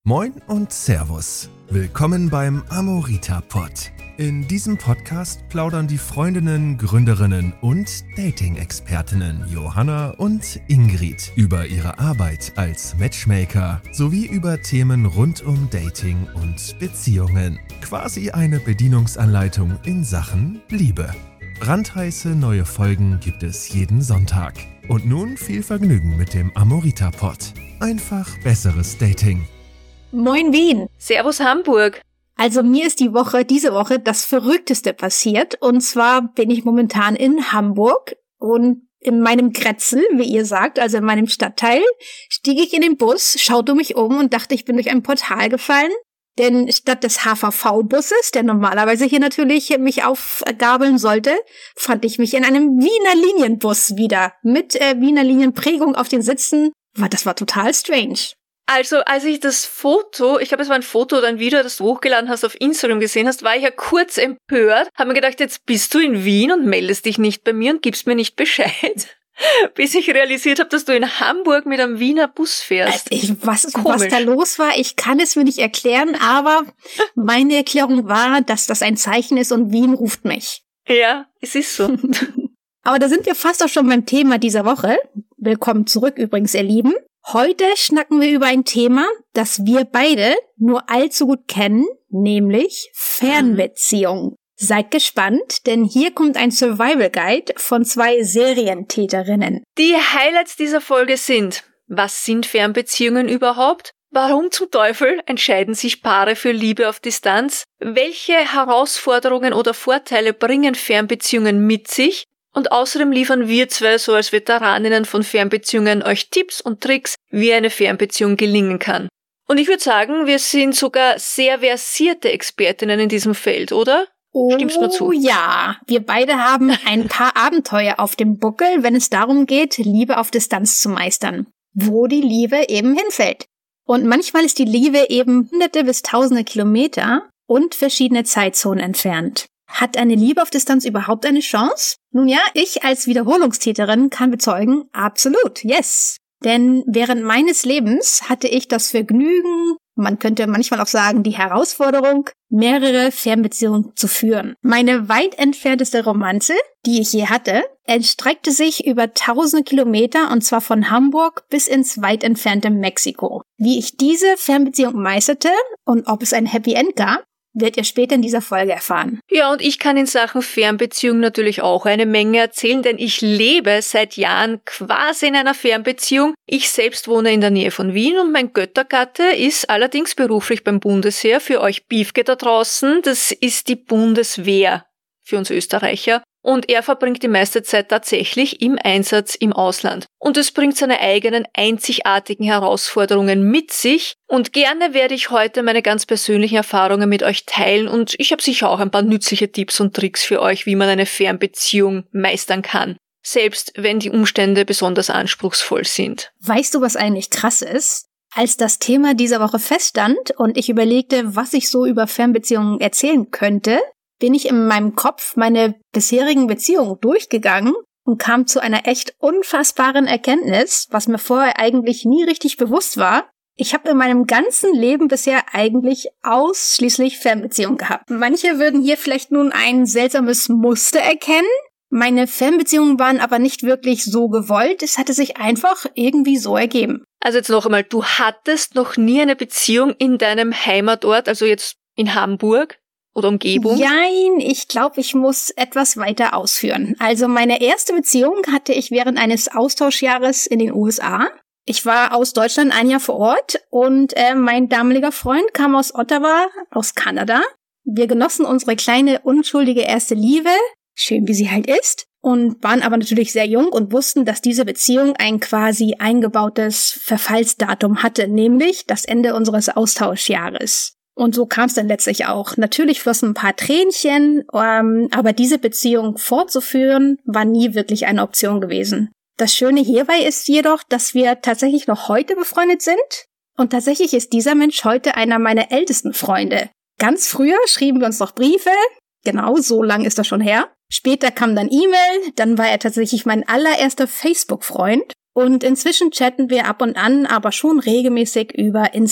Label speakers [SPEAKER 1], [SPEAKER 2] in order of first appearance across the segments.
[SPEAKER 1] Moin und Servus. Willkommen beim Amorita-Pod. In diesem Podcast plaudern die Freundinnen, Gründerinnen und Dating-Expertinnen Johanna und Ingrid über ihre Arbeit als Matchmaker sowie über Themen rund um Dating und Beziehungen. Quasi eine Bedienungsanleitung in Sachen Liebe. Brandheiße neue Folgen gibt es jeden Sonntag. Und nun viel Vergnügen mit dem Amorita-Pod. Einfach besseres Dating.
[SPEAKER 2] Moin Wien.
[SPEAKER 3] Servus Hamburg.
[SPEAKER 2] Also mir ist diese Woche das Verrückteste passiert. Und zwar bin ich momentan in Hamburg und in meinem Grätzl, wie ihr sagt, also in meinem Stadtteil, stieg ich in den Bus, schaute mich um und dachte, ich bin durch ein Portal gefallen. Denn statt des HVV-Busses, der normalerweise hier natürlich mich aufgabeln sollte, fand ich mich in einem Wiener Linienbus wieder. Mit Wiener Linienprägung auf den Sitzen. Das war total strange.
[SPEAKER 3] Also, als ich das Foto, ich glaube, es war ein Foto oder ein Video, das du hochgeladen hast, auf Instagram gesehen hast, war ich ja kurz empört. Hab mir gedacht, jetzt bist du in Wien und meldest dich nicht bei mir und gibst mir nicht Bescheid. Bis ich realisiert habe, dass du in Hamburg mit einem Wiener Bus fährst.
[SPEAKER 2] Was da los war, ich kann es mir nicht erklären, aber meine Erklärung war, dass das ein Zeichen ist und Wien ruft mich.
[SPEAKER 3] Ja, es ist so.
[SPEAKER 2] Aber da sind wir fast auch schon beim Thema dieser Woche. Willkommen zurück übrigens, ihr Lieben. Heute schnacken wir über ein Thema, das wir beide nur allzu gut kennen, nämlich Fernbeziehung. Seid gespannt, denn hier kommt ein Survival Guide von 2 Serientäterinnen.
[SPEAKER 3] Die Highlights dieser Folge sind: Was sind Fernbeziehungen überhaupt? Warum zum Teufel entscheiden sich Paare für Liebe auf Distanz? Welche Herausforderungen oder Vorteile bringen Fernbeziehungen mit sich? Und außerdem liefern wir 2 so als Veteraninnen von Fernbeziehungen euch Tipps und Tricks, wie eine Fernbeziehung gelingen kann. Und ich würde sagen, wir sind sogar sehr versierte Expertinnen in diesem Feld, oder? Stimmst du mir zu?
[SPEAKER 2] Oh ja, wir beide haben ein paar Abenteuer auf dem Buckel, wenn es darum geht, Liebe auf Distanz zu meistern. Wo die Liebe eben hinfällt. Und manchmal ist die Liebe eben hunderte bis tausende Kilometer und verschiedene Zeitzonen entfernt. Hat eine Liebe auf Distanz überhaupt eine Chance? Nun ja, ich als Wiederholungstäterin kann bezeugen, absolut, yes. Denn während meines Lebens hatte ich das Vergnügen, man könnte manchmal auch sagen die Herausforderung, mehrere Fernbeziehungen zu führen. Meine weit entfernteste Romanze, die ich je hatte, erstreckte sich über tausende Kilometer und zwar von Hamburg bis ins weit entfernte Mexiko. Wie ich diese Fernbeziehung meisterte und ob es ein Happy End gab, werdet ihr später in dieser Folge erfahren.
[SPEAKER 3] Ja, und ich kann in Sachen Fernbeziehung natürlich auch eine Menge erzählen, denn ich lebe seit Jahren quasi in einer Fernbeziehung. Ich selbst wohne in der Nähe von Wien und mein Göttergatte ist allerdings beruflich beim Bundesheer. Für euch Beefke da draußen, das ist die Bundeswehr für uns Österreicher. Und er verbringt die meiste Zeit tatsächlich im Einsatz im Ausland. Und es bringt seine eigenen einzigartigen Herausforderungen mit sich. Und gerne werde ich heute meine ganz persönlichen Erfahrungen mit euch teilen. Und ich habe sicher auch ein paar nützliche Tipps und Tricks für euch, wie man eine Fernbeziehung meistern kann. Selbst wenn die Umstände besonders anspruchsvoll sind.
[SPEAKER 2] Weißt du, was eigentlich krass ist? Als das Thema dieser Woche feststand und ich überlegte, was ich so über Fernbeziehungen erzählen könnte, bin ich in meinem Kopf meine bisherigen Beziehungen durchgegangen und kam zu einer echt unfassbaren Erkenntnis, was mir vorher eigentlich nie richtig bewusst war. Ich habe in meinem ganzen Leben bisher eigentlich ausschließlich Fernbeziehungen gehabt. Manche würden hier vielleicht nun ein seltsames Muster erkennen. Meine Fernbeziehungen waren aber nicht wirklich so gewollt. Es hatte sich einfach irgendwie so ergeben.
[SPEAKER 3] Also jetzt noch einmal, du hattest noch nie eine Beziehung in deinem Heimatort, also jetzt in Hamburg? Oder Umgebung?
[SPEAKER 2] Nein, ich glaube, ich muss etwas weiter ausführen. Also meine erste Beziehung hatte ich während eines Austauschjahres in den USA. Ich war aus Deutschland ein Jahr vor Ort und mein damaliger Freund kam aus Ottawa, aus Kanada. Wir genossen unsere kleine, unschuldige erste Liebe, schön wie sie halt ist, und waren aber natürlich sehr jung und wussten, dass diese Beziehung ein quasi eingebautes Verfallsdatum hatte, nämlich das Ende unseres Austauschjahres. Und so kam es dann letztlich auch. Natürlich flossen ein paar Tränchen, aber diese Beziehung fortzuführen, war nie wirklich eine Option gewesen. Das Schöne hierbei ist jedoch, dass wir tatsächlich noch heute befreundet sind. Und tatsächlich ist dieser Mensch heute einer meiner ältesten Freunde. Ganz früher schrieben wir uns noch Briefe. Genau, so lang ist das schon her. Später kam dann E-Mail, dann war er tatsächlich mein allererster Facebook-Freund. Und inzwischen chatten wir ab und an, aber schon regelmäßig über Insta.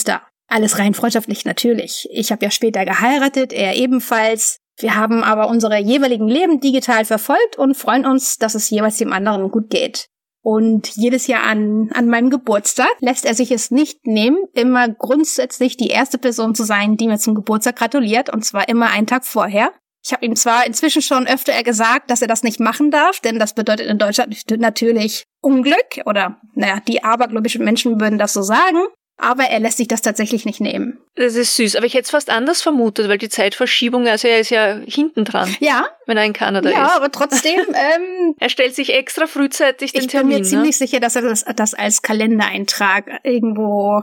[SPEAKER 2] Alles rein freundschaftlich natürlich. Ich habe ja später geheiratet, er ebenfalls. Wir haben aber unsere jeweiligen Leben digital verfolgt und freuen uns, dass es jeweils dem anderen gut geht. Und jedes Jahr an meinem Geburtstag lässt er sich es nicht nehmen, immer grundsätzlich die erste Person zu sein, die mir zum Geburtstag gratuliert, und zwar immer einen Tag vorher. Ich habe ihm zwar inzwischen schon öfter gesagt, dass er das nicht machen darf, denn das bedeutet in Deutschland natürlich Unglück, oder die abergläubischen Menschen würden das so sagen. Aber er lässt sich das tatsächlich nicht nehmen.
[SPEAKER 3] Das ist süß, aber ich hätte es fast anders vermutet, weil die Zeitverschiebung, also er ist ja hinten dran.
[SPEAKER 2] Ja.
[SPEAKER 3] Wenn er in Kanada ist.
[SPEAKER 2] Ja, aber trotzdem.
[SPEAKER 3] Er stellt sich extra frühzeitig den Termin.
[SPEAKER 2] Ich bin mir ziemlich sicher, dass er das als Kalendereintrag irgendwo,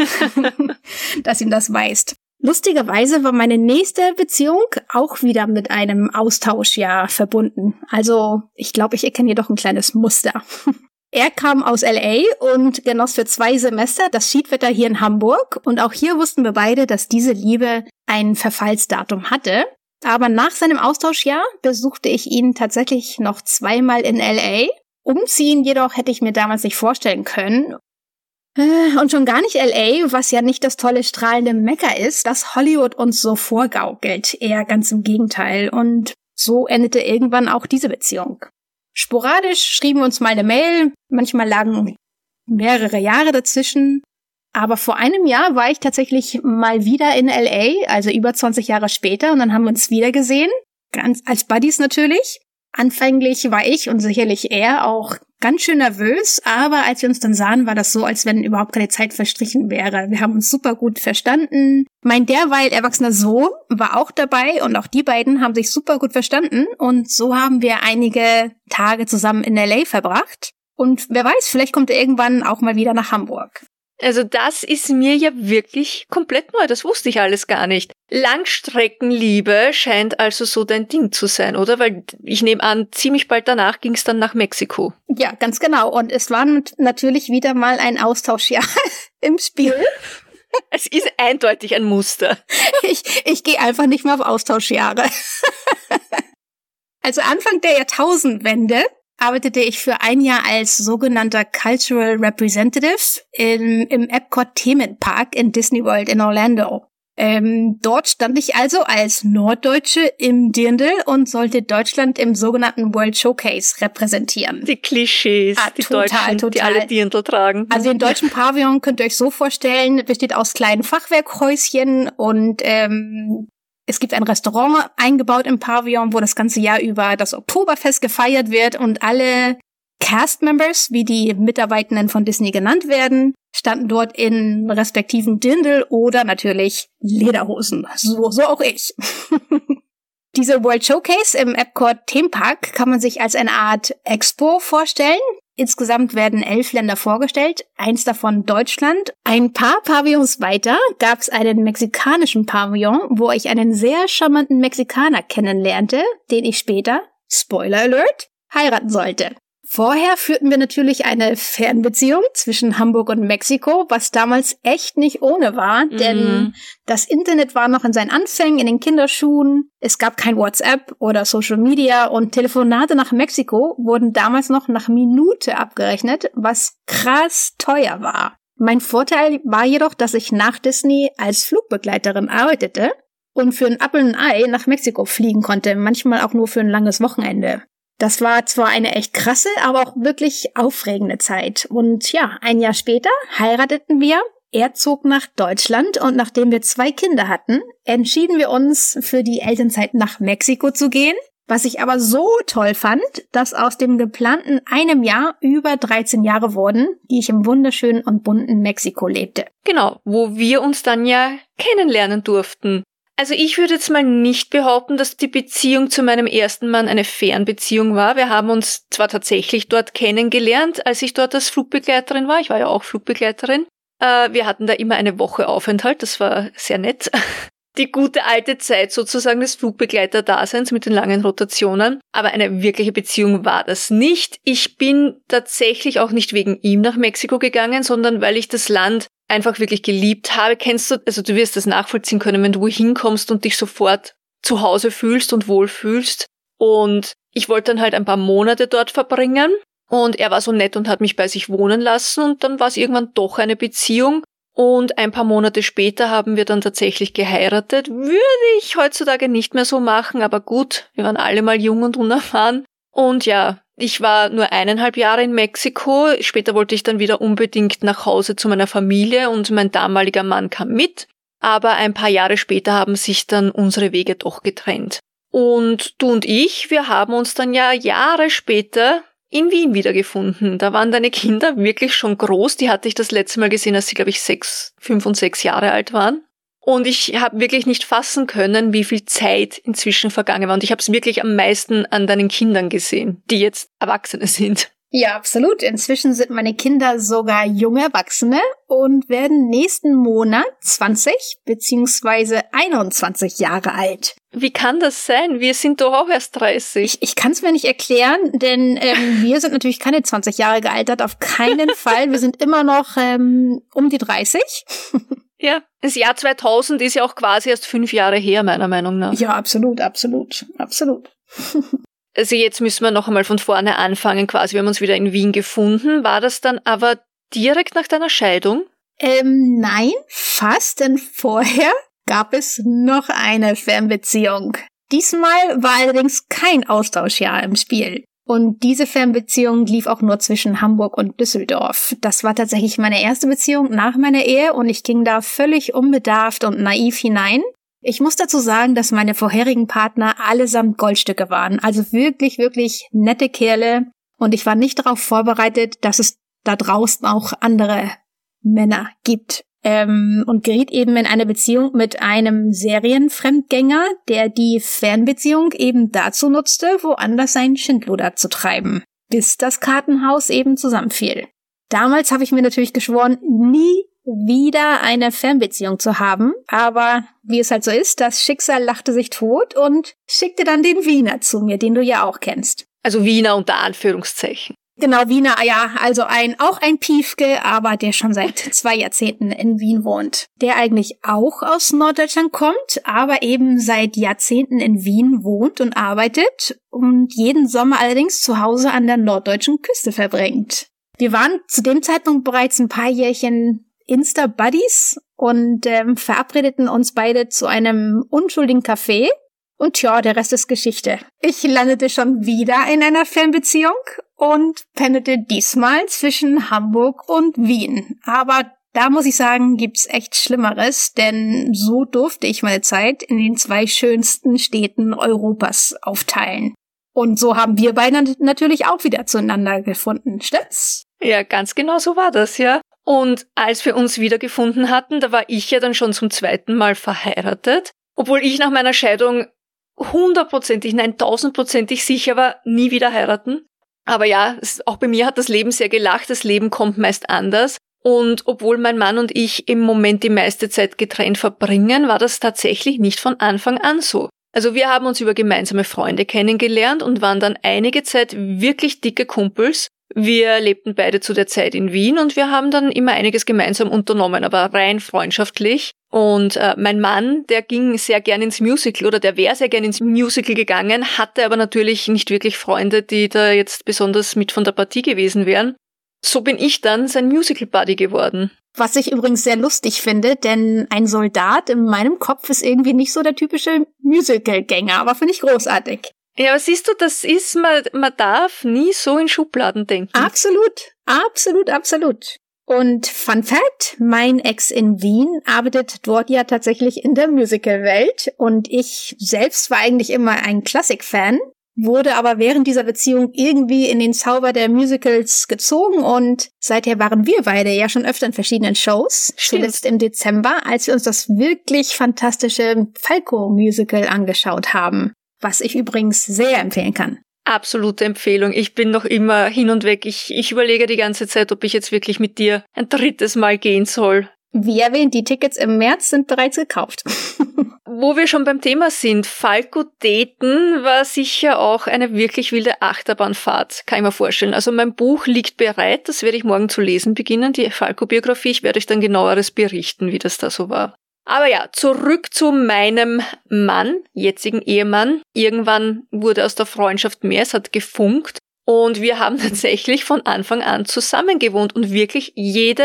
[SPEAKER 2] dass ihm das weist. Lustigerweise war meine nächste Beziehung auch wieder mit einem Austauschjahr verbunden. Also ich glaube, ich erkenne jedoch ein kleines Muster. Er kam aus LA und genoss für 2 Semester das Schiedwetter hier in Hamburg. Und auch hier wussten wir beide, dass diese Liebe ein Verfallsdatum hatte. Aber nach seinem Austauschjahr besuchte ich ihn tatsächlich noch 2-mal in LA. Umziehen jedoch hätte ich mir damals nicht vorstellen können. Und schon gar nicht LA, was ja nicht das tolle strahlende Mekka ist, das Hollywood uns so vorgaukelt. Eher ganz im Gegenteil. Und so endete irgendwann auch diese Beziehung. Sporadisch schrieben wir uns mal eine Mail, manchmal lagen mehrere Jahre dazwischen. Aber vor einem Jahr war ich tatsächlich mal wieder in LA, also über 20 Jahre später, und dann haben wir uns wieder gesehen, ganz als Buddies natürlich. Anfänglich war ich und sicherlich er auch ganz schön nervös, aber als wir uns dann sahen, war das so, als wenn überhaupt keine Zeit verstrichen wäre. Wir haben uns super gut verstanden. Mein derweil erwachsener Sohn war auch dabei und auch die beiden haben sich super gut verstanden und so haben wir einige Tage zusammen in LA verbracht. Und wer weiß, vielleicht kommt er irgendwann auch mal wieder nach Hamburg.
[SPEAKER 3] Also das ist mir ja wirklich komplett neu, das wusste ich alles gar nicht. Langstreckenliebe scheint also so dein Ding zu sein, oder? Weil ich nehme an, ziemlich bald danach ging es dann nach Mexiko.
[SPEAKER 2] Ja, ganz genau. Und es war natürlich wieder mal ein Austauschjahr im Spiel.
[SPEAKER 3] Es ist eindeutig ein Muster.
[SPEAKER 2] Ich gehe einfach nicht mehr auf Austauschjahre. Also Anfang der Jahrtausendwende arbeitete ich für ein Jahr als sogenannter Cultural Representative im Epcot Themenpark in Disney World in Orlando. Dort stand ich also als Norddeutsche im Dirndl und sollte Deutschland im sogenannten World Showcase repräsentieren.
[SPEAKER 3] Die Klischees, die Deutschen, die alle Dirndl tragen.
[SPEAKER 2] Also den deutschen Pavillon könnt ihr euch so vorstellen, besteht aus kleinen Fachwerkhäuschen und es gibt ein Restaurant eingebaut im Pavillon, wo das ganze Jahr über das Oktoberfest gefeiert wird und alle Cast-Members, wie die Mitarbeitenden von Disney genannt werden, standen dort in respektiven Dirndl oder natürlich Lederhosen. So auch ich. Diese World Showcase im Epcot Themenpark kann man sich als eine Art Expo vorstellen. Insgesamt werden 11 Länder vorgestellt, eins davon Deutschland. Ein paar Pavillons weiter gab es einen mexikanischen Pavillon, wo ich einen sehr charmanten Mexikaner kennenlernte, den ich später, Spoiler Alert, heiraten sollte. Vorher führten wir natürlich eine Fernbeziehung zwischen Hamburg und Mexiko, was damals echt nicht ohne war, denn das Internet war noch in seinen Anfängen, in den Kinderschuhen. Es gab kein WhatsApp oder Social Media und Telefonate nach Mexiko wurden damals noch nach Minute abgerechnet, was krass teuer war. Mein Vorteil war jedoch, dass ich nach Disney als Flugbegleiterin arbeitete und für ein Apfel und ein Ei nach Mexiko fliegen konnte, manchmal auch nur für ein langes Wochenende. Das war zwar eine echt krasse, aber auch wirklich aufregende Zeit. Und ja, ein Jahr später heirateten wir. Er zog nach Deutschland und nachdem wir 2 Kinder hatten, entschieden wir uns für die Elternzeit nach Mexiko zu gehen. Was ich aber so toll fand, dass aus dem geplanten einem Jahr über 13 Jahre wurden, die ich im wunderschönen und bunten Mexiko lebte.
[SPEAKER 3] Genau, wo wir uns dann ja kennenlernen durften. Also ich würde jetzt mal nicht behaupten, dass die Beziehung zu meinem ersten Mann eine Fernbeziehung war. Wir haben uns zwar tatsächlich dort kennengelernt, als ich dort als Flugbegleiterin war. Ich war ja auch Flugbegleiterin. Wir hatten da immer eine Woche Aufenthalt, das war sehr nett. Die gute alte Zeit sozusagen des Flugbegleiter-Daseins mit den langen Rotationen. Aber eine wirkliche Beziehung war das nicht. Ich bin tatsächlich auch nicht wegen ihm nach Mexiko gegangen, sondern weil ich das Land einfach wirklich geliebt habe. Kennst du, also du wirst das nachvollziehen können, wenn du wohin kommst und dich sofort zu Hause fühlst und wohlfühlst. Und ich wollte dann halt ein paar Monate dort verbringen und er war so nett und hat mich bei sich wohnen lassen und dann war es irgendwann doch eine Beziehung. Und ein paar Monate später haben wir dann tatsächlich geheiratet. Würde ich heutzutage nicht mehr so machen, aber gut, wir waren alle mal jung und unerfahren. Und ja, ich war nur 1,5 Jahre in Mexiko. Später wollte ich dann wieder unbedingt nach Hause zu meiner Familie und mein damaliger Mann kam mit. Aber ein paar Jahre später haben sich dann unsere Wege doch getrennt. Und du und ich, wir haben uns dann ja Jahre später in Wien wiedergefunden. Da waren deine Kinder wirklich schon groß. Die hatte ich das letzte Mal gesehen, als sie, glaube ich, 5 und 6 Jahre alt waren. Und ich habe wirklich nicht fassen können, wie viel Zeit inzwischen vergangen war. Und ich habe es wirklich am meisten an deinen Kindern gesehen, die jetzt Erwachsene sind.
[SPEAKER 2] Ja, absolut. Inzwischen sind meine Kinder sogar junge Erwachsene und werden nächsten Monat 20 bzw. 21 Jahre alt.
[SPEAKER 3] Wie kann das sein? Wir sind doch auch erst 30.
[SPEAKER 2] Ich kann es mir nicht erklären, denn wir sind natürlich keine 20 Jahre gealtert, auf keinen Fall. Wir sind immer noch um die 30.
[SPEAKER 3] Ja, das Jahr 2000 ist ja auch quasi erst 5 Jahre her, meiner Meinung nach.
[SPEAKER 2] Ja, absolut.
[SPEAKER 3] Also jetzt müssen wir noch einmal von vorne anfangen, quasi. Wir haben uns wieder in Wien gefunden. War das dann aber direkt nach deiner Scheidung?
[SPEAKER 2] Nein, fast, denn vorher gab es noch eine Fernbeziehung. Diesmal war allerdings kein Austauschjahr im Spiel. Und diese Fernbeziehung lief auch nur zwischen Hamburg und Düsseldorf. Das war tatsächlich meine erste Beziehung nach meiner Ehe und ich ging da völlig unbedarft und naiv hinein. Ich muss dazu sagen, dass meine vorherigen Partner allesamt Goldstücke waren. Also wirklich, wirklich nette Kerle. Und ich war nicht darauf vorbereitet, dass es da draußen auch andere Männer gibt. Und geriet eben in eine Beziehung mit einem Serienfremdgänger, der die Fernbeziehung eben dazu nutzte, woanders seinen Schindluder zu treiben, bis das Kartenhaus eben zusammenfiel. Damals habe ich mir natürlich geschworen, nie wieder eine Fernbeziehung zu haben, aber wie es halt so ist, das Schicksal lachte sich tot und schickte dann den Wiener zu mir, den du ja auch kennst.
[SPEAKER 3] Also Wiener unter Anführungszeichen.
[SPEAKER 2] Genau, Wiener, ja, also auch ein Piefke, aber der schon seit 2 Jahrzehnten in Wien wohnt. Der eigentlich auch aus Norddeutschland kommt, aber eben seit Jahrzehnten in Wien wohnt und arbeitet und jeden Sommer allerdings zu Hause an der norddeutschen Küste verbringt. Wir waren zu dem Zeitpunkt bereits ein paar Jährchen Insta-Buddies und verabredeten uns beide zu einem unschuldigen Café. Und tja, der Rest ist Geschichte. Ich landete schon wieder in einer Fernbeziehung und pendelte diesmal zwischen Hamburg und Wien. Aber da muss ich sagen, gibt's echt Schlimmeres, denn so durfte ich meine Zeit in den 2 schönsten Städten Europas aufteilen. Und so haben wir beide natürlich auch wieder zueinander gefunden, stimmt's?
[SPEAKER 3] Ja, ganz genau so war das, ja. Und als wir uns wiedergefunden hatten, da war ich ja dann schon zum 2. Mal verheiratet, obwohl ich nach meiner Scheidung 1000% sicher war, nie wieder heiraten. Aber ja, auch bei mir hat das Leben sehr gelacht, das Leben kommt meist anders. Und obwohl mein Mann und ich im Moment die meiste Zeit getrennt verbringen, war das tatsächlich nicht von Anfang an so. Also wir haben uns über gemeinsame Freunde kennengelernt und waren dann einige Zeit wirklich dicke Kumpels. Wir lebten beide zu der Zeit in Wien und wir haben dann immer einiges gemeinsam unternommen, aber rein freundschaftlich. Und mein Mann, der ging sehr gern ins Musical oder der wäre sehr gern ins Musical gegangen, hatte aber natürlich nicht wirklich Freunde, die da jetzt besonders mit von der Partie gewesen wären. So bin ich dann sein Musical-Buddy geworden.
[SPEAKER 2] Was ich übrigens sehr lustig finde, denn ein Soldat in meinem Kopf ist irgendwie nicht so der typische Musical-Gänger, aber finde ich großartig.
[SPEAKER 3] Ja, aber siehst du, das ist, man darf nie so in Schubladen denken.
[SPEAKER 2] Absolut. Und Fun Fact, mein Ex in Wien arbeitet dort ja tatsächlich in der Musical-Welt und ich selbst war eigentlich immer ein Klassik-Fan, wurde aber während dieser Beziehung irgendwie in den Zauber der Musicals gezogen und seither waren wir beide ja schon öfter in verschiedenen Shows.
[SPEAKER 3] Stimmt.
[SPEAKER 2] Zuletzt im Dezember, als wir uns das wirklich fantastische Falco-Musical angeschaut haben, was ich übrigens sehr empfehlen kann.
[SPEAKER 3] Absolute Empfehlung. Ich bin noch immer hin und weg. Ich überlege die ganze Zeit, ob ich jetzt wirklich mit dir ein 3. Mal gehen soll.
[SPEAKER 2] Wie erwähnt, die Tickets im März sind bereits gekauft.
[SPEAKER 3] Wo wir schon beim Thema sind, Falco daten war sicher auch eine wirklich wilde Achterbahnfahrt, kann ich mir vorstellen. Also mein Buch liegt bereit, das werde ich morgen zu lesen beginnen, die Falco-Biografie. Ich werde euch dann genaueres berichten, wie das da so war. Aber ja, zurück zu meinem Mann, jetzigen Ehemann. Irgendwann wurde aus der Freundschaft mehr, es hat gefunkt und wir haben tatsächlich von Anfang an zusammen gewohnt und wirklich jede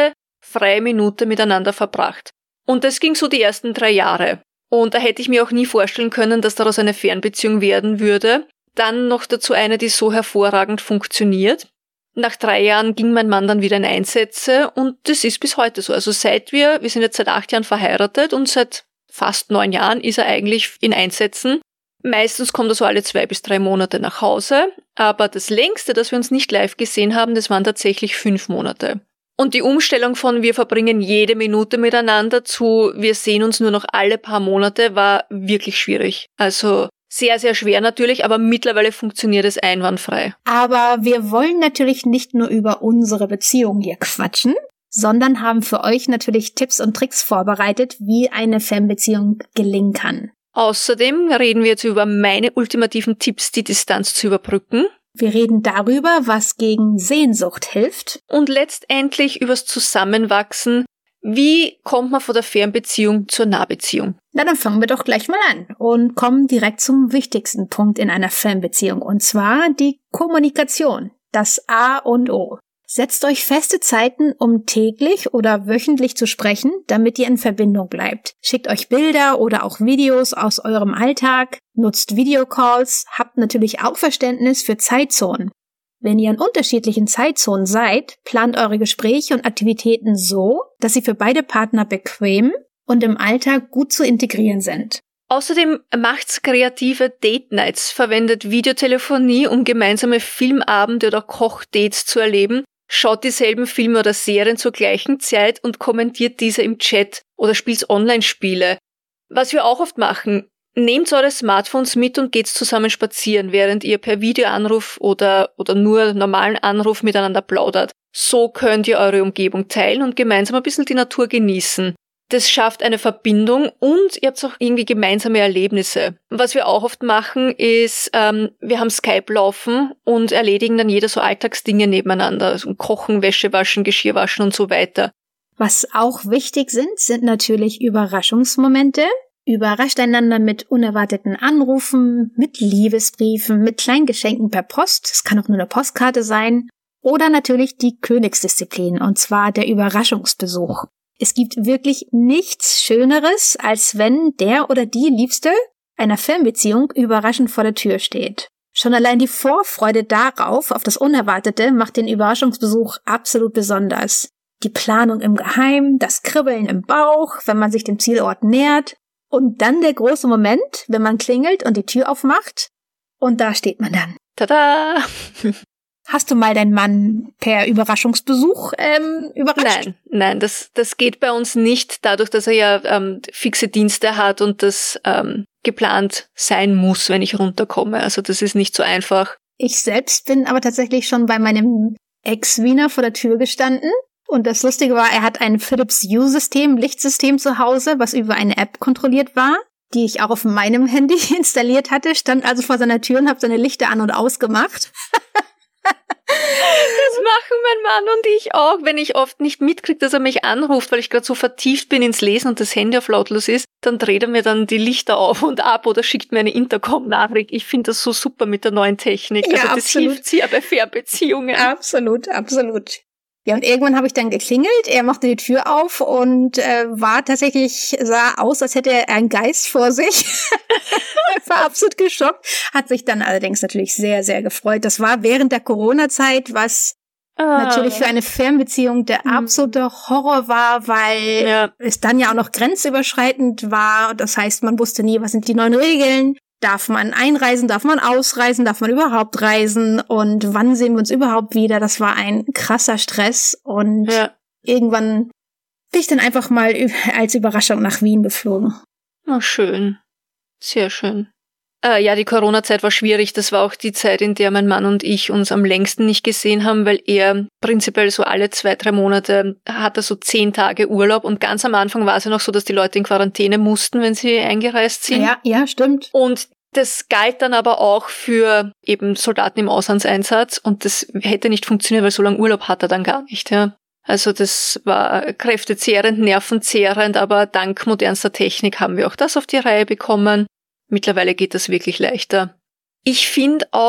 [SPEAKER 3] freie Minute miteinander verbracht. Und das ging so die ersten 3 Jahre. Und da hätte ich mir auch nie vorstellen können, dass daraus eine Fernbeziehung werden würde. Dann noch dazu eine, die so hervorragend funktioniert. Nach 3 Jahren ging mein Mann dann wieder in Einsätze und das ist bis heute so. Also wir sind jetzt seit 8 Jahren verheiratet und seit fast 9 Jahren ist er eigentlich in Einsätzen. Meistens kommt er so alle 2 bis 3 Monate nach Hause, aber das längste, dass wir uns nicht live gesehen haben, das waren tatsächlich 5 Monate. Und die Umstellung von wir verbringen jede Minute miteinander zu wir sehen uns nur noch alle paar Monate war wirklich schwierig. Also sehr, sehr schwer natürlich, aber mittlerweile funktioniert es einwandfrei.
[SPEAKER 2] Aber wir wollen natürlich nicht nur über unsere Beziehung hier quatschen, sondern haben für euch natürlich Tipps und Tricks vorbereitet, wie eine Fernbeziehung gelingen kann.
[SPEAKER 3] Außerdem reden wir jetzt über meine ultimativen Tipps, die Distanz zu überbrücken.
[SPEAKER 2] Wir reden darüber, was gegen Sehnsucht hilft.
[SPEAKER 3] Und letztendlich übers Zusammenwachsen. Wie kommt man von der Fernbeziehung zur Nahbeziehung?
[SPEAKER 2] Na, dann fangen wir doch gleich mal an und kommen direkt zum wichtigsten Punkt in einer Fernbeziehung, und zwar die Kommunikation, das A und O. Setzt euch feste Zeiten, um täglich oder wöchentlich zu sprechen, damit ihr in Verbindung bleibt. Schickt euch Bilder oder auch Videos aus eurem Alltag, nutzt Videocalls, habt natürlich auch Verständnis für Zeitzonen. Wenn ihr in unterschiedlichen Zeitzonen seid, plant eure Gespräche und Aktivitäten so, dass sie für beide Partner bequem und im Alltag gut zu integrieren sind.
[SPEAKER 3] Außerdem macht's kreative Date-Nights, verwendet Videotelefonie, um gemeinsame Filmabende oder Kochdates zu erleben, schaut dieselben Filme oder Serien zur gleichen Zeit und kommentiert diese im Chat oder spielt Online-Spiele. Was wir auch oft machen, nehmt eure Smartphones mit und geht zusammen spazieren, während ihr per Videoanruf oder nur normalen Anruf miteinander plaudert. So könnt ihr eure Umgebung teilen und gemeinsam ein bisschen die Natur genießen. Das schafft eine Verbindung und ihr habt auch irgendwie gemeinsame Erlebnisse. Was wir auch oft machen ist, wir haben Skype laufen und erledigen dann jeder so Alltagsdinge nebeneinander. Also Kochen, Wäsche waschen, Geschirr waschen und so weiter.
[SPEAKER 2] Was auch wichtig sind natürlich Überraschungsmomente. Überrascht einander mit unerwarteten Anrufen, mit Liebesbriefen, mit kleinen Geschenken per Post. Es kann auch nur eine Postkarte sein. Oder natürlich die Königsdisziplin, und zwar der Überraschungsbesuch. Es gibt wirklich nichts Schöneres, als wenn der oder die Liebste einer Fernbeziehung überraschend vor der Tür steht. Schon allein die Vorfreude darauf, auf das Unerwartete, macht den Überraschungsbesuch absolut besonders. Die Planung im Geheimen, das Kribbeln im Bauch, wenn man sich dem Zielort nähert. Und dann der große Moment, wenn man klingelt und die Tür aufmacht. Und da steht man dann.
[SPEAKER 3] Tada!
[SPEAKER 2] Hast du mal deinen Mann per Überraschungsbesuch überrascht?
[SPEAKER 3] Nein, das geht bei uns nicht, dadurch, dass er ja fixe Dienste hat und das geplant sein muss, wenn ich runterkomme. Also das ist nicht so einfach.
[SPEAKER 2] Ich selbst bin aber tatsächlich schon bei meinem Ex-Wiener vor der Tür gestanden. Und das Lustige war, er hat ein Philips Hue-System, Lichtsystem zu Hause, was über eine App kontrolliert war, die ich auch auf meinem Handy installiert hatte, stand also vor seiner Tür und habe seine Lichter an- und ausgemacht.
[SPEAKER 3] Das machen mein Mann und ich auch, wenn ich oft nicht mitkriege, dass er mich anruft, weil ich gerade so vertieft bin ins Lesen und das Handy auf lautlos ist, dann dreht er mir dann die Lichter auf und ab oder schickt mir eine Intercom-Nachricht. Ich finde das so super mit der neuen Technik.
[SPEAKER 2] Ja,
[SPEAKER 3] also das
[SPEAKER 2] absolut.
[SPEAKER 3] hilft sehr bei Fernbeziehungen.
[SPEAKER 2] Absolut, absolut. Ja, und irgendwann habe ich dann geklingelt, er machte die Tür auf und sah aus, als hätte er einen Geist vor sich. Er war absolut geschockt, hat sich dann allerdings natürlich sehr, sehr gefreut. Das war während der Corona-Zeit, was natürlich für eine Fernbeziehung der absolute Horror war, weil es dann ja auch noch grenzüberschreitend war. Das heißt, man wusste nie, was sind die neuen Regeln. Darf man einreisen, darf man ausreisen, darf man überhaupt reisen und wann sehen wir uns überhaupt wieder? Das war ein krasser Stress und irgendwann bin ich dann einfach mal als Überraschung nach Wien geflogen.
[SPEAKER 3] Oh, schön. Sehr schön. Ja, die Corona-Zeit war schwierig. Das war auch die Zeit, in der mein Mann und ich uns am längsten nicht gesehen haben, weil er prinzipiell so alle 2-3 Monate hatte so 10 Tage Urlaub und ganz am Anfang war es ja noch so, dass die Leute in Quarantäne mussten, wenn sie eingereist sind.
[SPEAKER 2] Ja, stimmt.
[SPEAKER 3] Und das galt dann aber auch für eben Soldaten im Auslandseinsatz und das hätte nicht funktioniert, weil so lange Urlaub hat er dann gar nicht, ja. Also das war kräftezehrend, nervenzehrend, aber dank modernster Technik haben wir auch das auf die Reihe bekommen. Mittlerweile geht das wirklich leichter. Ich finde auch,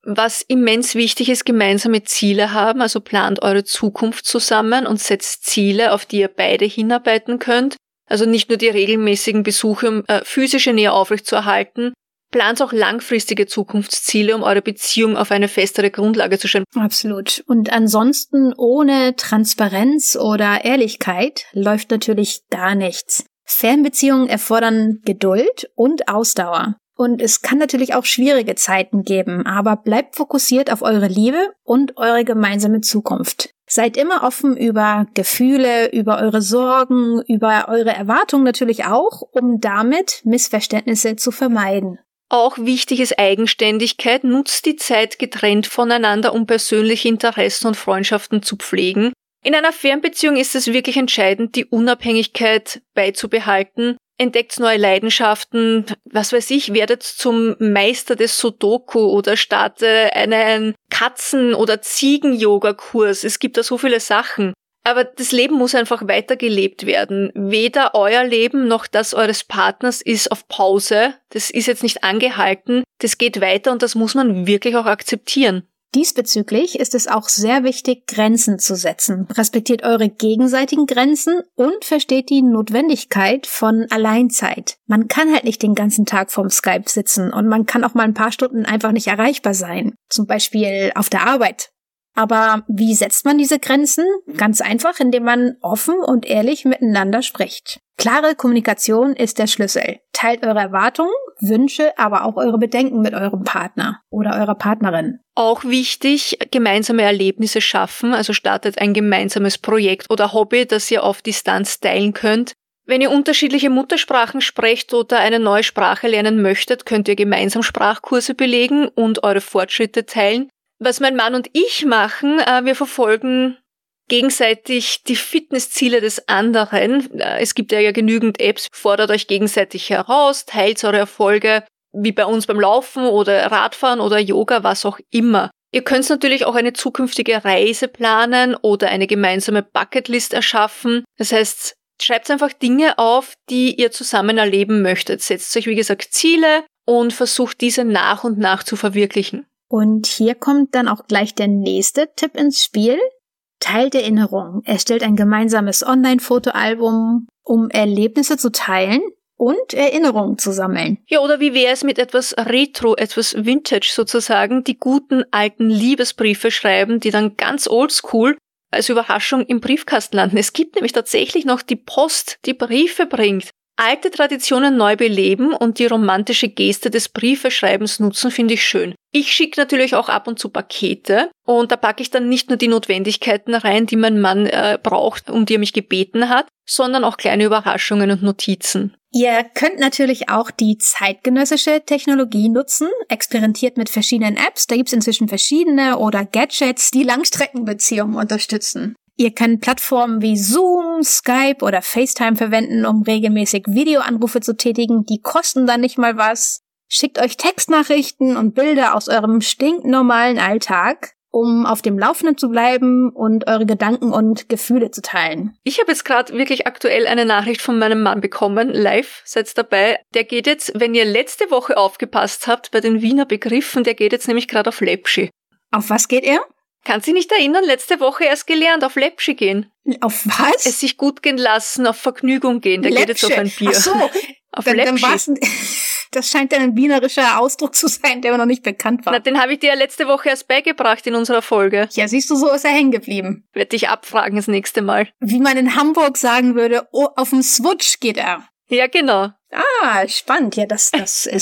[SPEAKER 3] Was immens wichtig ist, gemeinsame Ziele haben, also plant eure Zukunft zusammen und setzt Ziele, auf die ihr beide hinarbeiten könnt. Also nicht nur die regelmäßigen Besuche, um physische Nähe aufrechtzuerhalten, plant auch langfristige Zukunftsziele, um eure Beziehung auf eine festere Grundlage zu stellen.
[SPEAKER 2] Absolut. Und ansonsten ohne Transparenz oder Ehrlichkeit läuft natürlich gar nichts. Fernbeziehungen erfordern Geduld und Ausdauer. Und es kann natürlich auch schwierige Zeiten geben, aber bleibt fokussiert auf eure Liebe und eure gemeinsame Zukunft. Seid immer offen über Gefühle, über eure Sorgen, über eure Erwartungen natürlich auch, um damit Missverständnisse zu vermeiden.
[SPEAKER 3] Auch wichtig ist Eigenständigkeit. Nutzt die Zeit getrennt voneinander, um persönliche Interessen und Freundschaften zu pflegen. In einer Fernbeziehung ist es wirklich entscheidend, die Unabhängigkeit beizubehalten. Entdeckt neue Leidenschaften, was weiß ich, werdet zum Meister des Sudoku oder starte einen Katzen- oder Ziegen-Yoga-Kurs. Es gibt da so viele Sachen. Aber das Leben muss einfach weitergelebt werden. Weder euer Leben noch das eures Partners ist auf Pause. Das ist jetzt nicht angehalten. Das geht weiter und das muss man wirklich auch akzeptieren.
[SPEAKER 2] Diesbezüglich ist es auch sehr wichtig, Grenzen zu setzen. Respektiert eure gegenseitigen Grenzen und versteht die Notwendigkeit von Alleinzeit. Man kann halt nicht den ganzen Tag vorm Skype sitzen und man kann auch mal ein paar Stunden einfach nicht erreichbar sein. Zum Beispiel auf der Arbeit. Aber wie setzt man diese Grenzen? Ganz einfach, indem man offen und ehrlich miteinander spricht. Klare Kommunikation ist der Schlüssel. Teilt eure Erwartungen, Wünsche, aber auch eure Bedenken mit eurem Partner oder eurer Partnerin.
[SPEAKER 3] Auch wichtig, gemeinsame Erlebnisse schaffen, also startet ein gemeinsames Projekt oder Hobby, das ihr auf Distanz teilen könnt. Wenn ihr unterschiedliche Muttersprachen sprecht oder eine neue Sprache lernen möchtet, könnt ihr gemeinsam Sprachkurse belegen und eure Fortschritte teilen. Was mein Mann und ich machen, wir verfolgen gegenseitig die Fitnessziele des anderen. Es gibt ja genügend Apps, fordert euch gegenseitig heraus, teilt eure Erfolge, wie bei uns beim Laufen oder Radfahren oder Yoga, was auch immer. Ihr könnt natürlich auch eine zukünftige Reise planen oder eine gemeinsame Bucketlist erschaffen. Das heißt, schreibt einfach Dinge auf, die ihr zusammen erleben möchtet. Setzt euch, wie gesagt, Ziele und versucht diese nach und nach zu verwirklichen.
[SPEAKER 2] Und hier kommt dann auch gleich der nächste Tipp ins Spiel. Teilt Erinnerungen. Erstellt ein gemeinsames Online-Fotoalbum, um Erlebnisse zu teilen und Erinnerungen zu sammeln.
[SPEAKER 3] Ja, oder wie wäre es mit etwas Retro, etwas Vintage sozusagen, die guten alten Liebesbriefe schreiben, die dann ganz oldschool als Überraschung im Briefkasten landen. Es gibt nämlich tatsächlich noch die Post, die Briefe bringt. Alte Traditionen neu beleben und die romantische Geste des Briefeschreibens nutzen, finde ich schön. Ich schicke natürlich auch ab und zu Pakete und da packe ich dann nicht nur die Notwendigkeiten rein, die mein Mann braucht, um die er mich gebeten hat, sondern auch kleine Überraschungen und Notizen.
[SPEAKER 2] Ihr könnt natürlich auch die zeitgenössische Technologie nutzen, experimentiert mit verschiedenen Apps, da gibt's inzwischen verschiedene oder Gadgets, die Langstreckenbeziehungen unterstützen. Ihr könnt Plattformen wie Zoom, Skype oder FaceTime verwenden, um regelmäßig Videoanrufe zu tätigen. Die kosten dann nicht mal was. Schickt euch Textnachrichten und Bilder aus eurem stinknormalen Alltag, um auf dem Laufenden zu bleiben und eure Gedanken und Gefühle zu teilen.
[SPEAKER 3] Ich habe jetzt gerade wirklich aktuell eine Nachricht von meinem Mann bekommen, live, seid dabei. Der geht jetzt, wenn ihr letzte Woche aufgepasst habt bei den Wiener Begriffen, der geht jetzt nämlich gerade auf Läppschi.
[SPEAKER 2] Auf was geht er?
[SPEAKER 3] Kannst dich nicht erinnern, letzte Woche erst gelernt, auf Läppschi gehen.
[SPEAKER 2] Auf was?
[SPEAKER 3] Es sich gut gehen lassen, auf Vergnügung gehen. Der geht jetzt auf ein Bier.
[SPEAKER 2] Ach so,
[SPEAKER 3] auf Läppschi.
[SPEAKER 2] Das scheint ein wienerischer Ausdruck zu sein, der mir noch nicht bekannt war.
[SPEAKER 3] Na, den habe ich dir ja letzte Woche erst beigebracht in unserer Folge.
[SPEAKER 2] Ja, siehst du, so ist er hängen geblieben.
[SPEAKER 3] Werd dich abfragen das nächste Mal.
[SPEAKER 2] Wie man in Hamburg sagen würde, oh, auf dem Swutsch geht er.
[SPEAKER 3] Ja, genau.
[SPEAKER 2] Ah, spannend. Ja, das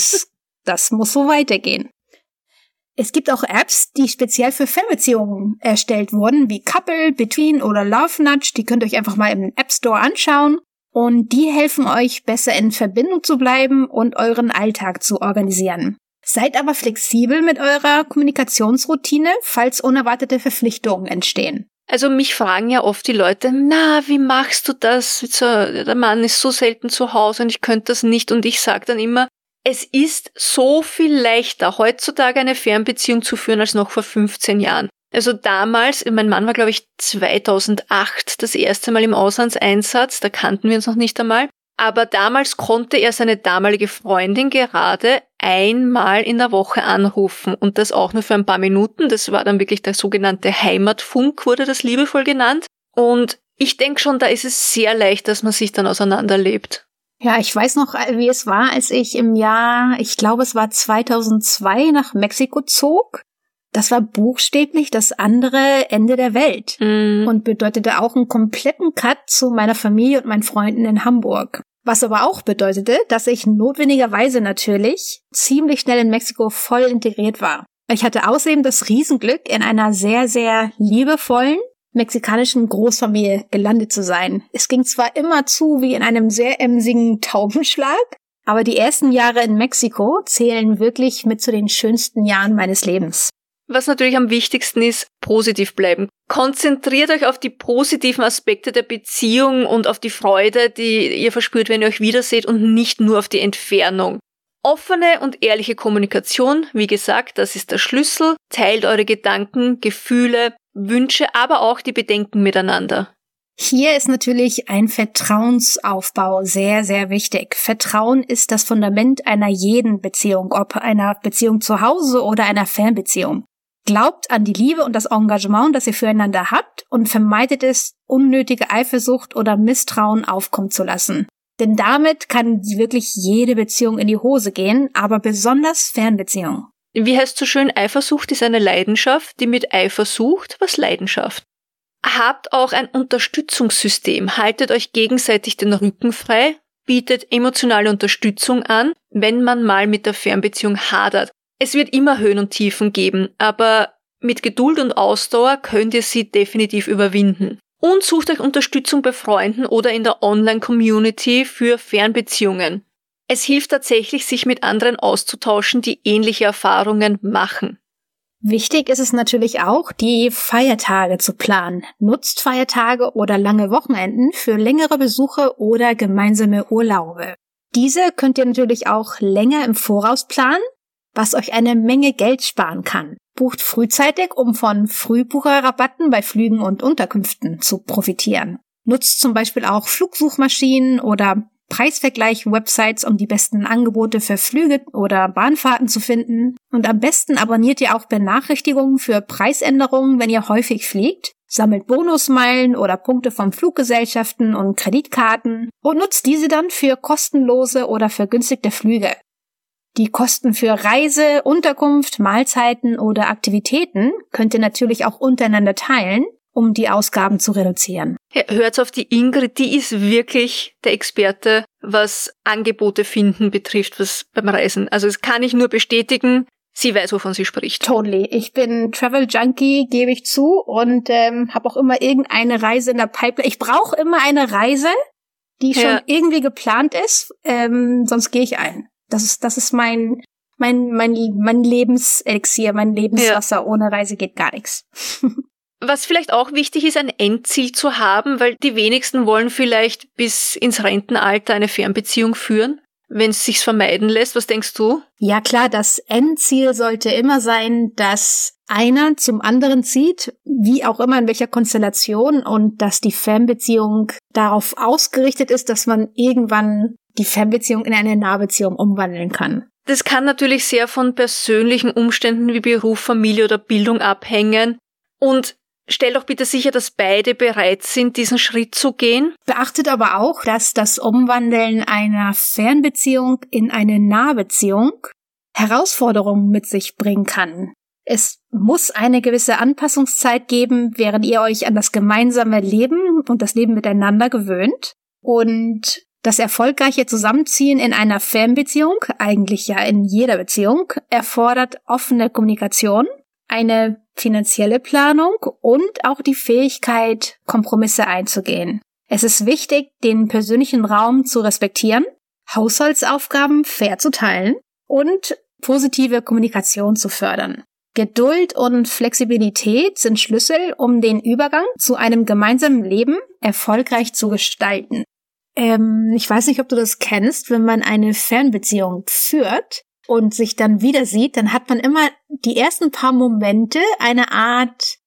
[SPEAKER 2] muss so weitergehen. Es gibt auch Apps, die speziell für Fernbeziehungen erstellt wurden, wie Couple, Between oder Love Nudge. Die könnt ihr euch einfach mal im App Store anschauen. Und die helfen euch, besser in Verbindung zu bleiben und euren Alltag zu organisieren. Seid aber flexibel mit eurer Kommunikationsroutine, falls unerwartete Verpflichtungen entstehen.
[SPEAKER 3] Also mich fragen ja oft die Leute, na, wie machst du das? Der Mann ist so selten zu Hause und ich könnte das nicht. Und ich sage dann immer, es ist so viel leichter, heutzutage eine Fernbeziehung zu führen, als noch vor 15 Jahren. Also damals, mein Mann war, glaube ich, 2008 das erste Mal im Auslandseinsatz, da kannten wir uns noch nicht einmal. Aber damals konnte er seine damalige Freundin gerade einmal in der Woche anrufen und das auch nur für ein paar Minuten. Das war dann wirklich der sogenannte Heimatfunk, wurde das liebevoll genannt. Und ich denke schon, da ist es sehr leicht, dass man sich dann auseinanderlebt.
[SPEAKER 2] Ja, ich weiß noch, wie es war, als ich im Jahr, ich glaube es war 2002, nach Mexiko zog. Das war buchstäblich das andere Ende der Welt und bedeutete auch einen kompletten Cut zu meiner Familie und meinen Freunden in Hamburg. Was aber auch bedeutete, dass ich notwendigerweise natürlich ziemlich schnell in Mexiko voll integriert war. Ich hatte außerdem das Riesenglück, in einer sehr, sehr liebevollen mexikanischen Großfamilie gelandet zu sein. Es ging zwar immer zu wie in einem sehr emsigen Taubenschlag, aber die ersten Jahre in Mexiko zählen wirklich mit zu den schönsten Jahren meines Lebens.
[SPEAKER 3] Was natürlich am wichtigsten ist, positiv bleiben. Konzentriert euch auf die positiven Aspekte der Beziehung und auf die Freude, die ihr verspürt, wenn ihr euch wiederseht und nicht nur auf die Entfernung. Offene und ehrliche Kommunikation, wie gesagt, das ist der Schlüssel. Teilt eure Gedanken, Gefühle, Wünsche, aber auch die Bedenken miteinander.
[SPEAKER 2] Hier ist natürlich ein Vertrauensaufbau sehr, sehr wichtig. Vertrauen ist das Fundament einer jeden Beziehung, ob einer Beziehung zu Hause oder einer Fernbeziehung. Glaubt an die Liebe und das Engagement, das ihr füreinander habt und vermeidet es, unnötige Eifersucht oder Misstrauen aufkommen zu lassen. Denn damit kann wirklich jede Beziehung in die Hose gehen, aber besonders Fernbeziehungen.
[SPEAKER 3] Wie heißt so schön, Eifersucht ist eine Leidenschaft, die mit Eifer sucht, was Leidenschaft. Habt auch ein Unterstützungssystem, haltet euch gegenseitig den Rücken frei, bietet emotionale Unterstützung an, wenn man mal mit der Fernbeziehung hadert. Es wird immer Höhen und Tiefen geben, aber mit Geduld und Ausdauer könnt ihr sie definitiv überwinden. Und sucht euch Unterstützung bei Freunden oder in der Online-Community für Fernbeziehungen. Es hilft tatsächlich, sich mit anderen auszutauschen, die ähnliche Erfahrungen machen.
[SPEAKER 2] Wichtig ist es natürlich auch, die Feiertage zu planen. Nutzt Feiertage oder lange Wochenenden für längere Besuche oder gemeinsame Urlaube. Diese könnt ihr natürlich auch länger im Voraus planen, was euch eine Menge Geld sparen kann. Bucht frühzeitig, um von Frühbucherrabatten bei Flügen und Unterkünften zu profitieren. Nutzt zum Beispiel auch Flugsuchmaschinen oder Preisvergleich-Websites, um die besten Angebote für Flüge oder Bahnfahrten zu finden. Und am besten abonniert ihr auch Benachrichtigungen für Preisänderungen, wenn ihr häufig fliegt. Sammelt Bonusmeilen oder Punkte von Fluggesellschaften und Kreditkarten und nutzt diese dann für kostenlose oder vergünstigte Flüge. Die Kosten für Reise, Unterkunft, Mahlzeiten oder Aktivitäten könnt ihr natürlich auch untereinander teilen, um die Ausgaben zu reduzieren.
[SPEAKER 3] Ja, hört's auf die Ingrid, die ist wirklich der Experte, was Angebote finden betrifft, was beim Reisen. Also das kann ich nur bestätigen, sie weiß, wovon sie spricht.
[SPEAKER 2] Totally. Ich bin Travel Junkie, gebe ich zu, und habe auch immer irgendeine Reise in der Pipeline. Ich brauche immer eine Reise, die schon irgendwie geplant ist, sonst gehe ich ein. Das ist mein Lebenselixier, mein Lebenswasser. Ja. Ohne Reise geht gar nichts.
[SPEAKER 3] Was vielleicht auch wichtig ist, ein Endziel zu haben, weil die wenigsten wollen vielleicht bis ins Rentenalter eine Fernbeziehung führen, wenn es sich vermeiden lässt. Was denkst du?
[SPEAKER 2] Ja klar, das Endziel sollte immer sein, dass einer zum anderen zieht, wie auch immer, in welcher Konstellation, und dass die Fernbeziehung darauf ausgerichtet ist, dass man irgendwann die Fernbeziehung in eine Nahbeziehung umwandeln kann.
[SPEAKER 3] Das kann natürlich sehr von persönlichen Umständen wie Beruf, Familie oder Bildung abhängen. Und stellt doch bitte sicher, dass beide bereit sind, diesen Schritt zu gehen.
[SPEAKER 2] Beachtet aber auch, dass das Umwandeln einer Fernbeziehung in eine Nahbeziehung Herausforderungen mit sich bringen kann. Es muss eine gewisse Anpassungszeit geben, während ihr euch an das gemeinsame Leben und das Leben miteinander gewöhnt. Und das erfolgreiche Zusammenziehen in einer Fernbeziehung, eigentlich ja in jeder Beziehung, erfordert offene Kommunikation, eine finanzielle Planung und auch die Fähigkeit, Kompromisse einzugehen. Es ist wichtig, den persönlichen Raum zu respektieren, Haushaltsaufgaben fair zu teilen und positive Kommunikation zu fördern. Geduld und Flexibilität sind Schlüssel, um den Übergang zu einem gemeinsamen Leben erfolgreich zu gestalten. Ich weiß nicht, ob du das kennst, wenn man eine Fernbeziehung führt und sich dann wieder sieht, dann hat man immer die ersten paar Momente eine Art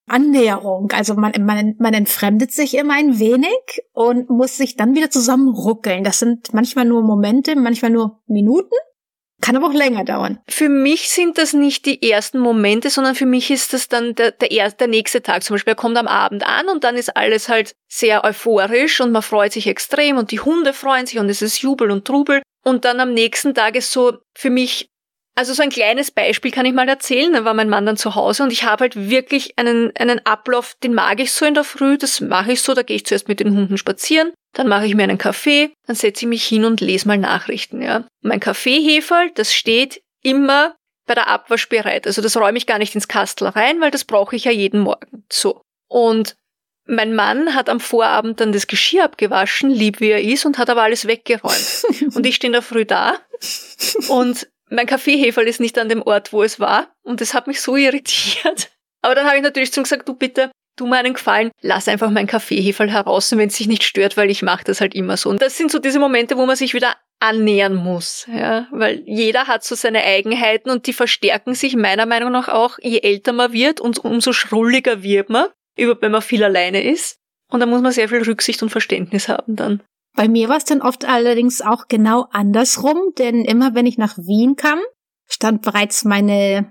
[SPEAKER 2] Annäherung. Also man entfremdet sich immer ein wenig und muss sich dann wieder zusammenruckeln. Das sind manchmal nur Momente, manchmal nur Minuten. Kann aber auch länger dauern.
[SPEAKER 3] Für mich sind das nicht die ersten Momente, sondern für mich ist das dann der nächste Tag. Zum Beispiel, er kommt am Abend an und dann ist alles halt sehr euphorisch und man freut sich extrem und die Hunde freuen sich und es ist Jubel und Trubel. Und dann am nächsten Tag ist so für mich, also so ein kleines Beispiel kann ich mal erzählen, da war mein Mann dann zu Hause und ich habe halt wirklich einen Ablauf, den mag ich so in der Früh, das mache ich so, da gehe ich zuerst mit den Hunden spazieren, dann mache ich mir einen Kaffee, dann setze ich mich hin und lese mal Nachrichten, ja. Mein Kaffeeheferl, das steht immer bei der Abwasch bereit, also das räume ich gar nicht ins Kastel rein, weil das brauche ich ja jeden Morgen, so. Und mein Mann hat am Vorabend dann das Geschirr abgewaschen, lieb wie er ist, und hat aber alles weggeräumt. Und ich stehe in der Früh da und mein Kaffeeheferl ist nicht an dem Ort, wo es war, und das hat mich so irritiert. Aber dann habe ich natürlich zu ihm gesagt, du bitte, tu mir einen Gefallen, lass einfach mein Kaffeeheferl heraus, wenn es sich nicht stört, weil ich mache das halt immer so. Und das sind so diese Momente, wo man sich wieder annähern muss, ja, weil jeder hat so seine Eigenheiten und die verstärken sich meiner Meinung nach auch, je älter man wird und umso schrulliger wird man, wenn man viel alleine ist. Und da muss man sehr viel Rücksicht und Verständnis haben dann.
[SPEAKER 2] Bei mir war es dann oft allerdings auch genau andersrum, denn immer wenn ich nach Wien kam, stand bereits mein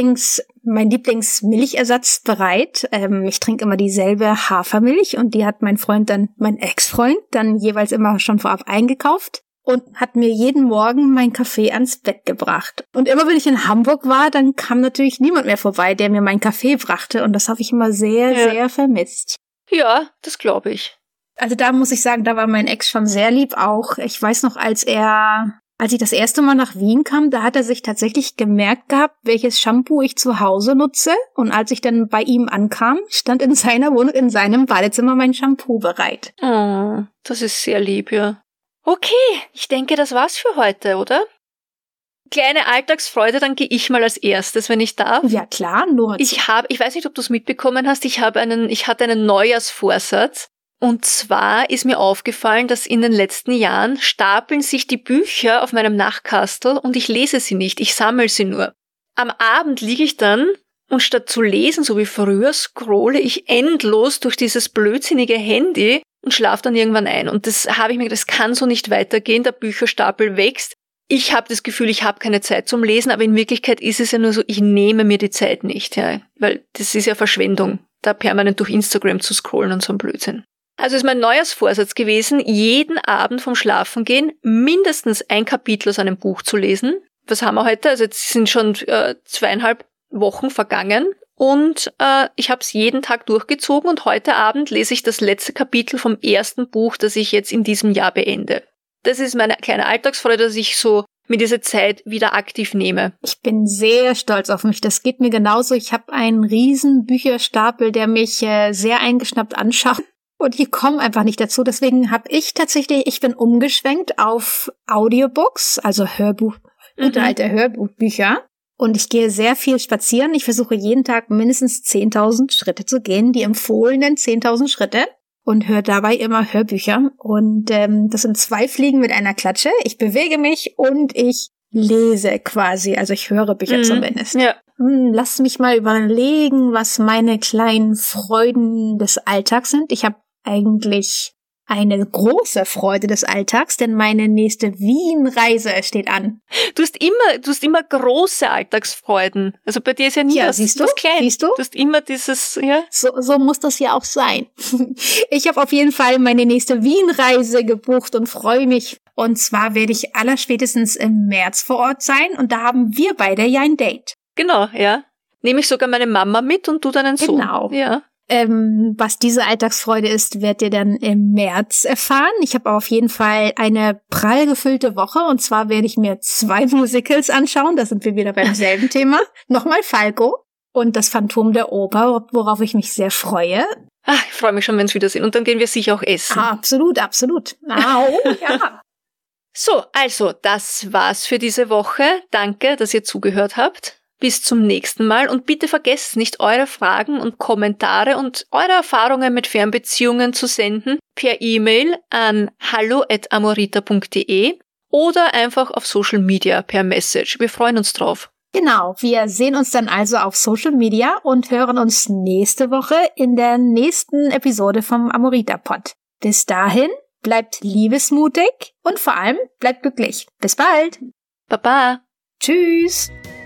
[SPEAKER 2] Lieblingsmilchersatz bereit. Ich trinke immer dieselbe Hafermilch und die hat mein Ex-Freund, dann jeweils immer schon vorab eingekauft und hat mir jeden Morgen mein Kaffee ans Bett gebracht. Und immer wenn ich in Hamburg war, dann kam natürlich niemand mehr vorbei, der mir meinen Kaffee brachte, und das habe ich immer sehr, sehr vermisst.
[SPEAKER 3] Ja, das glaube ich.
[SPEAKER 2] Also da muss ich sagen, da war mein Ex schon sehr lieb auch. Ich weiß noch, als ich das erste Mal nach Wien kam, da hat er sich tatsächlich gemerkt gehabt, welches Shampoo ich zu Hause nutze. Und als ich dann bei ihm ankam, stand in seiner Wohnung, in seinem Badezimmer mein Shampoo bereit.
[SPEAKER 3] Oh, das ist sehr lieb, ja. Okay, ich denke, das war's für heute, oder? Kleine Alltagsfreude, dann gehe ich mal als erstes, wenn ich darf.
[SPEAKER 2] Ja klar, nur.
[SPEAKER 3] Ich weiß nicht, ob du es mitbekommen hast, ich hatte einen Neujahrsvorsatz. Und zwar ist mir aufgefallen, dass in den letzten Jahren stapeln sich die Bücher auf meinem Nachtkastel und ich lese sie nicht, ich sammle sie nur. Am Abend liege ich dann und statt zu lesen, so wie früher, scrolle ich endlos durch dieses blödsinnige Handy und schlafe dann irgendwann ein. Und das habe ich mir gedacht, das kann so nicht weitergehen, der Bücherstapel wächst. Ich habe das Gefühl, ich habe keine Zeit zum Lesen, aber in Wirklichkeit ist es ja nur so, ich nehme mir die Zeit nicht, ja, weil das ist ja Verschwendung, da permanent durch Instagram zu scrollen und so ein Blödsinn. Also ist mein Neujahrsvorsatz gewesen, jeden Abend vom Schlafengehen mindestens ein Kapitel aus einem Buch zu lesen. Was haben wir heute? Also jetzt sind schon 2,5 Wochen vergangen und ich habe es jeden Tag durchgezogen und heute Abend lese ich das letzte Kapitel vom ersten Buch, das ich jetzt in diesem Jahr beende. Das ist meine kleine Alltagsfreude, dass ich so mir diese Zeit wieder aktiv nehme.
[SPEAKER 2] Ich bin sehr stolz auf mich. Das geht mir genauso. Ich habe einen riesen Bücherstapel, der mich sehr eingeschnappt anschaut. Und ich komme einfach nicht dazu. Deswegen ich bin umgeschwenkt auf Audiobooks, also gute alte Hörbuchbücher. Und ich gehe sehr viel spazieren. Ich versuche jeden Tag mindestens 10.000 Schritte zu gehen, die empfohlenen 10.000 Schritte. Und höre dabei immer Hörbücher. Und das sind 2 Fliegen mit einer Klatsche. Ich bewege mich und ich lese quasi. Also ich höre Bücher zumindest.
[SPEAKER 3] Ja.
[SPEAKER 2] Lass mich mal überlegen, was meine kleinen Freuden des Alltags sind. Ich habe eigentlich eine große Freude des Alltags, denn meine nächste Wien-Reise steht an.
[SPEAKER 3] Du hast immer große Alltagsfreuden. Also bei dir ist ja nie was klein.
[SPEAKER 2] Siehst du?
[SPEAKER 3] Du hast immer dieses, ja.
[SPEAKER 2] So muss das ja auch sein. Ich habe auf jeden Fall meine nächste Wien-Reise gebucht und freue mich. Und zwar werde ich allerspätestens im März vor Ort sein und da haben wir beide ja ein Date.
[SPEAKER 3] Genau, ja. Nehme ich sogar meine Mama mit und du deinen Sohn.
[SPEAKER 2] Genau.
[SPEAKER 3] Ja.
[SPEAKER 2] Was diese Alltagsfreude ist, werdet ihr dann im März erfahren. Ich habe auf jeden Fall eine prall gefüllte Woche und zwar werde ich mir 2 Musicals anschauen. Da sind wir wieder beim selben Thema. Nochmal Falco und das Phantom der Oper, worauf ich mich sehr freue.
[SPEAKER 3] Ach, ich freue mich schon, wenn wir es wieder sehen. Und dann gehen wir sicher auch essen.
[SPEAKER 2] Absolut. Ja.
[SPEAKER 3] So, also, das war's für diese Woche. Danke, dass ihr zugehört habt. Bis zum nächsten Mal und bitte vergesst nicht, eure Fragen und Kommentare und eure Erfahrungen mit Fernbeziehungen zu senden per E-Mail an hallo@amorita.de oder einfach auf Social Media per Message. Wir freuen uns drauf.
[SPEAKER 2] Genau, wir sehen uns dann also auf Social Media und hören uns nächste Woche in der nächsten Episode vom Amorita-Pod. Bis dahin, bleibt liebesmutig und vor allem bleibt glücklich. Bis bald.
[SPEAKER 3] Baba.
[SPEAKER 2] Tschüss.